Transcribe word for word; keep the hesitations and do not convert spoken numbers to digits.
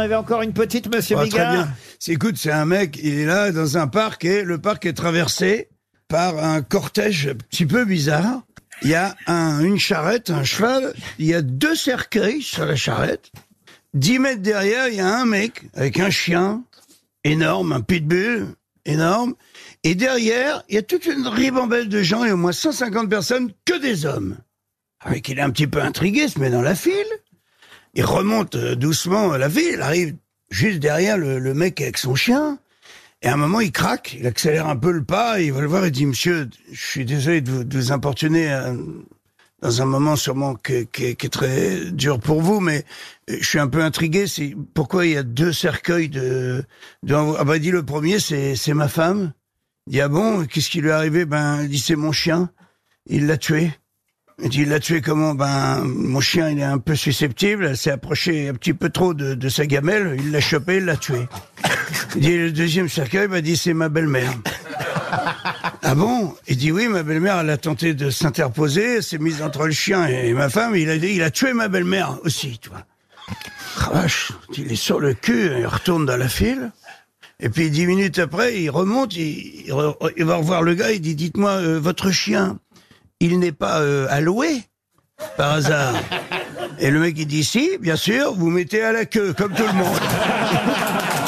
avez encore une petite, monsieur Oh, Bigard? très bien. C'est, écoute, c'est un mec, il est là dans un parc et le parc est traversé par un cortège un petit peu bizarre. Il y a un, une charrette, un cheval, il y a deux cercueils sur la charrette. Dix mètres derrière, il y a un mec avec un chien énorme, un pitbull énorme. Et derrière, il y a toute une ribambelle de gens, il y a au moins cent cinquante personnes, que des hommes. Avec il est un petit peu intrigué, il se met dans la file. Il remonte doucement la file, il arrive juste derrière le, le mec avec son chien. Et à un moment, il craque, il accélère un peu le pas, et il va le voir et dit « Monsieur, je suis désolé de vous, de vous importuner euh, dans un moment sûrement qui, qui, qui est très dur pour vous, mais je suis un peu intrigué. C'est pourquoi il y a deux cercueils de... de ah bah, il dit le premier, c'est, c'est ma femme. Il dit « Ah bon, qu'est-ce qui lui est arrivé ?» Ben, il dit « C'est mon chien, il l'a tué. » Il dit « Il l'a tué comment ?» Ben, mon chien, il est un peu susceptible, elle s'est approchée un petit peu trop de, de sa gamelle, il l'a chopé, il l'a tué. Il dit, le deuxième cercueil m'a dit, c'est ma belle-mère. Ah bon? Il dit, oui, ma belle-mère, elle a tenté de s'interposer, elle s'est mise entre le chien et ma femme, il a dit, il a tué ma belle-mère aussi, tu vois. Ah vache, il est sur le cul, il retourne dans la file, et puis dix minutes après, il remonte, il, il, re, il va revoir le gars, il dit, dites-moi, euh, votre chien, il n'est pas euh, alloué, par hasard? Et le mec, il dit, si, bien sûr, vous mettez à la queue, comme tout le monde.